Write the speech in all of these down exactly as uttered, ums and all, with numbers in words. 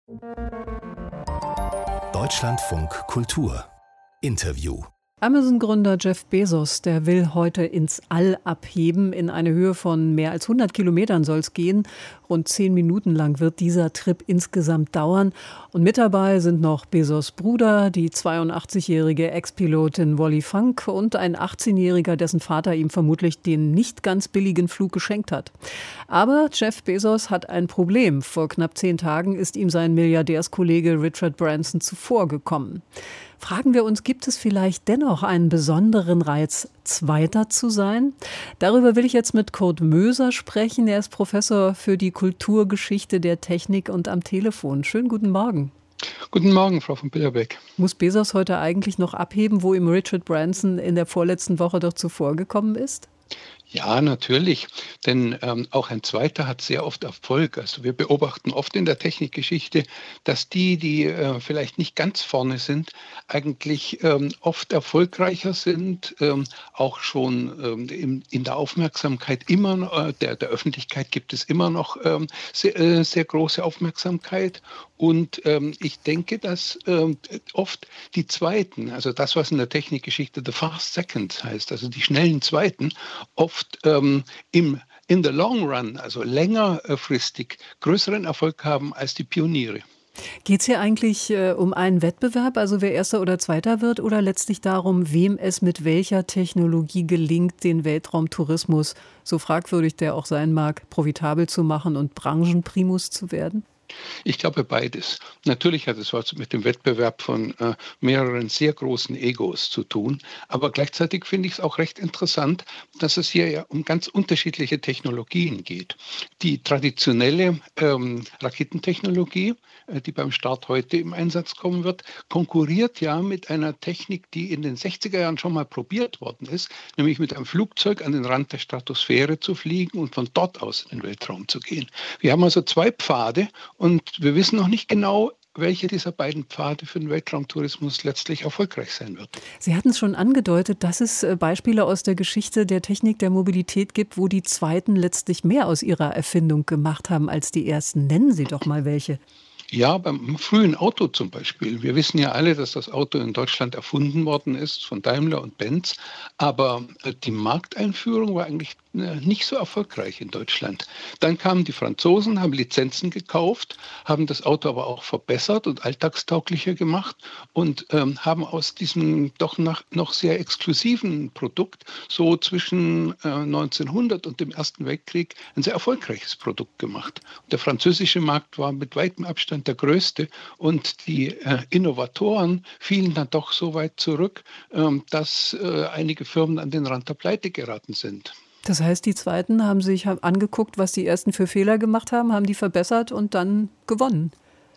Deutschlandfunk Kultur Interview. Amazon-Gründer Jeff Bezos, der will heute ins All abheben. In eine Höhe von mehr als hundert Kilometern soll es gehen. Rund zehn Minuten lang wird dieser Trip insgesamt dauern. Und mit dabei sind noch Bezos' Bruder, die zweiundachtzigjährige Ex-Pilotin Wally Funk und ein achtzehnjähriger, dessen Vater ihm vermutlich den nicht ganz billigen Flug geschenkt hat. Aber Jeff Bezos hat ein Problem. Vor knapp zehn Tagen ist ihm sein Milliardärskollege Richard Branson zuvorgekommen. Fragen wir uns, gibt es vielleicht dennoch einen besonderen Reiz, Zweiter zu sein? Darüber will ich jetzt mit Kurt Möser sprechen. Er ist Professor für die Kulturgeschichte der Technik und am Telefon. Schönen guten Morgen. Guten Morgen, Frau von Billerbeck. Muss Bezos heute eigentlich noch abheben, wo ihm Richard Branson in der vorletzten Woche doch zuvorgekommen ist? Ja, natürlich, denn ähm, auch ein Zweiter hat sehr oft Erfolg. Also wir beobachten oft in der Technikgeschichte, dass die, die äh, vielleicht nicht ganz vorne sind, eigentlich ähm, oft erfolgreicher sind, ähm, auch schon ähm, in, in der Aufmerksamkeit immer, äh, der, der Öffentlichkeit gibt es immer noch ähm, sehr, äh, sehr große Aufmerksamkeit. Und ähm, ich denke, dass ähm, oft die Zweiten, also das, was in der Technikgeschichte the fast second heißt, also die schnellen Zweiten, oft ähm, im in the long run, also längerfristig, größeren Erfolg haben als die Pioniere. Geht es hier eigentlich äh, um einen Wettbewerb, also wer Erster oder Zweiter wird, oder letztlich darum, wem es mit welcher Technologie gelingt, den Weltraumtourismus, so fragwürdig der auch sein mag, profitabel zu machen und Branchenprimus zu werden? Ich glaube beides. Natürlich hat es was mit dem Wettbewerb von äh, mehreren sehr großen Egos zu tun. Aber gleichzeitig finde ich es auch recht interessant, dass es hier ja um ganz unterschiedliche Technologien geht. Die traditionelle ähm, Raketentechnologie, äh, die beim Start heute im Einsatz kommen wird, konkurriert ja mit einer Technik, die in den sechziger Jahren schon mal probiert worden ist, nämlich mit einem Flugzeug an den Rand der Stratosphäre zu fliegen und von dort aus in den Weltraum zu gehen. Wir haben also zwei Pfade. Und wir wissen noch nicht genau, welche dieser beiden Pfade für den Weltraumtourismus letztlich erfolgreich sein wird. Sie hatten es schon angedeutet, dass es Beispiele aus der Geschichte der Technik, der Mobilität gibt, wo die Zweiten letztlich mehr aus ihrer Erfindung gemacht haben als die Ersten. Nennen Sie doch mal welche. Ja, beim frühen Auto zum Beispiel. Wir wissen ja alle, dass das Auto in Deutschland erfunden worden ist von Daimler und Benz. Aber die Markteinführung war eigentlich nicht so erfolgreich in Deutschland. Dann kamen die Franzosen, haben Lizenzen gekauft, haben das Auto aber auch verbessert und alltagstauglicher gemacht und ähm, haben aus diesem doch nach, noch sehr exklusiven Produkt so zwischen äh, neunzehnhundert und dem Ersten Weltkrieg ein sehr erfolgreiches Produkt gemacht. Und der französische Markt war mit weitem Abstand der größte und die äh, Innovatoren fielen dann doch so weit zurück, ähm, dass äh, einige Firmen an den Rand der Pleite geraten sind. Das heißt, die Zweiten haben sich angeguckt, was die Ersten für Fehler gemacht haben, haben die verbessert und dann gewonnen.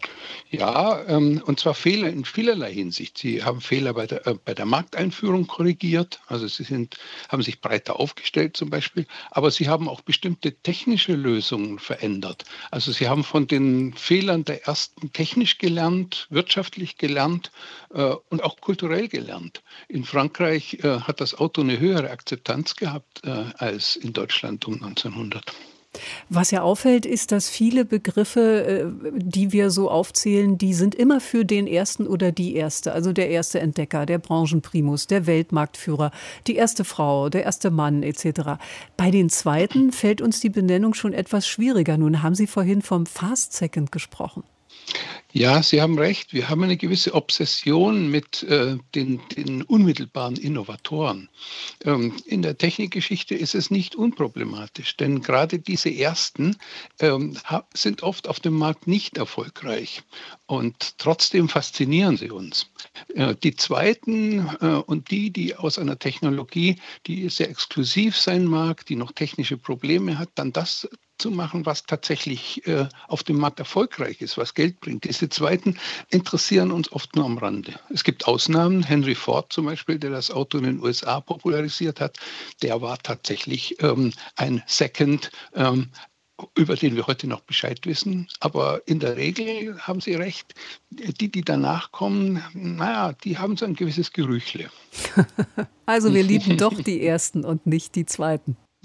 Ja, ähm, und zwar Fehler in vielerlei Hinsicht. Sie haben Fehler bei der, äh, bei der Markteinführung korrigiert, also sie sind, haben sich breiter aufgestellt zum Beispiel, aber sie haben auch bestimmte technische Lösungen verändert. Also sie haben von den Fehlern der Ersten technisch gelernt, wirtschaftlich gelernt äh, und auch kulturell gelernt. In Frankreich äh, hat das Auto eine höhere Akzeptanz gehabt äh, als in Deutschland um neunzehnhundert. Was ja auffällt, ist, dass viele Begriffe, die wir so aufzählen, die sind immer für den Ersten oder die Erste. Also der erste Entdecker, der Branchenprimus, der Weltmarktführer, die erste Frau, der erste Mann et cetera. Bei den Zweiten fällt uns die Benennung schon etwas schwieriger. Nun haben Sie vorhin vom Fast Second gesprochen. Ja, Sie haben recht. Wir haben eine gewisse Obsession mit äh, den, den unmittelbaren Innovatoren. Ähm, in der Technikgeschichte ist es nicht unproblematisch, denn gerade diese Ersten ähm, sind oft auf dem Markt nicht erfolgreich und trotzdem faszinieren sie uns. Äh, die Zweiten äh, und die, die aus einer Technologie, die sehr exklusiv sein mag, die noch technische Probleme hat, dann das zu machen, was tatsächlich äh, auf dem Markt erfolgreich ist, was Geld bringt. Diese Zweiten interessieren uns oft nur am Rande. Es gibt Ausnahmen, Henry Ford zum Beispiel, der das Auto in den U S A popularisiert hat, der war tatsächlich ähm, ein Second, ähm, über den wir heute noch Bescheid wissen. Aber in der Regel haben Sie recht, die, die danach kommen, naja, die haben so ein gewisses Gerüchle. Also wir lieben doch die Ersten und nicht die Zweiten.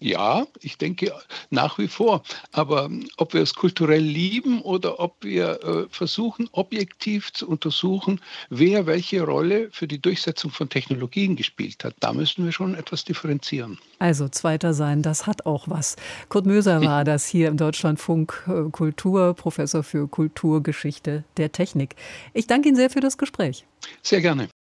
Ja, ich denke nach wie vor. Aber ob wir es kulturell lieben oder ob wir äh, versuchen, objektiv zu untersuchen, wer welche Rolle für die Durchsetzung von Technologien gespielt hat, da müssen wir schon etwas differenzieren. Also Zweiter sein, das hat auch was. Kurt Möser war das hier im Deutschlandfunk äh, Kultur, Professor für Kulturgeschichte der Technik. Ich danke Ihnen sehr für das Gespräch. Sehr gerne.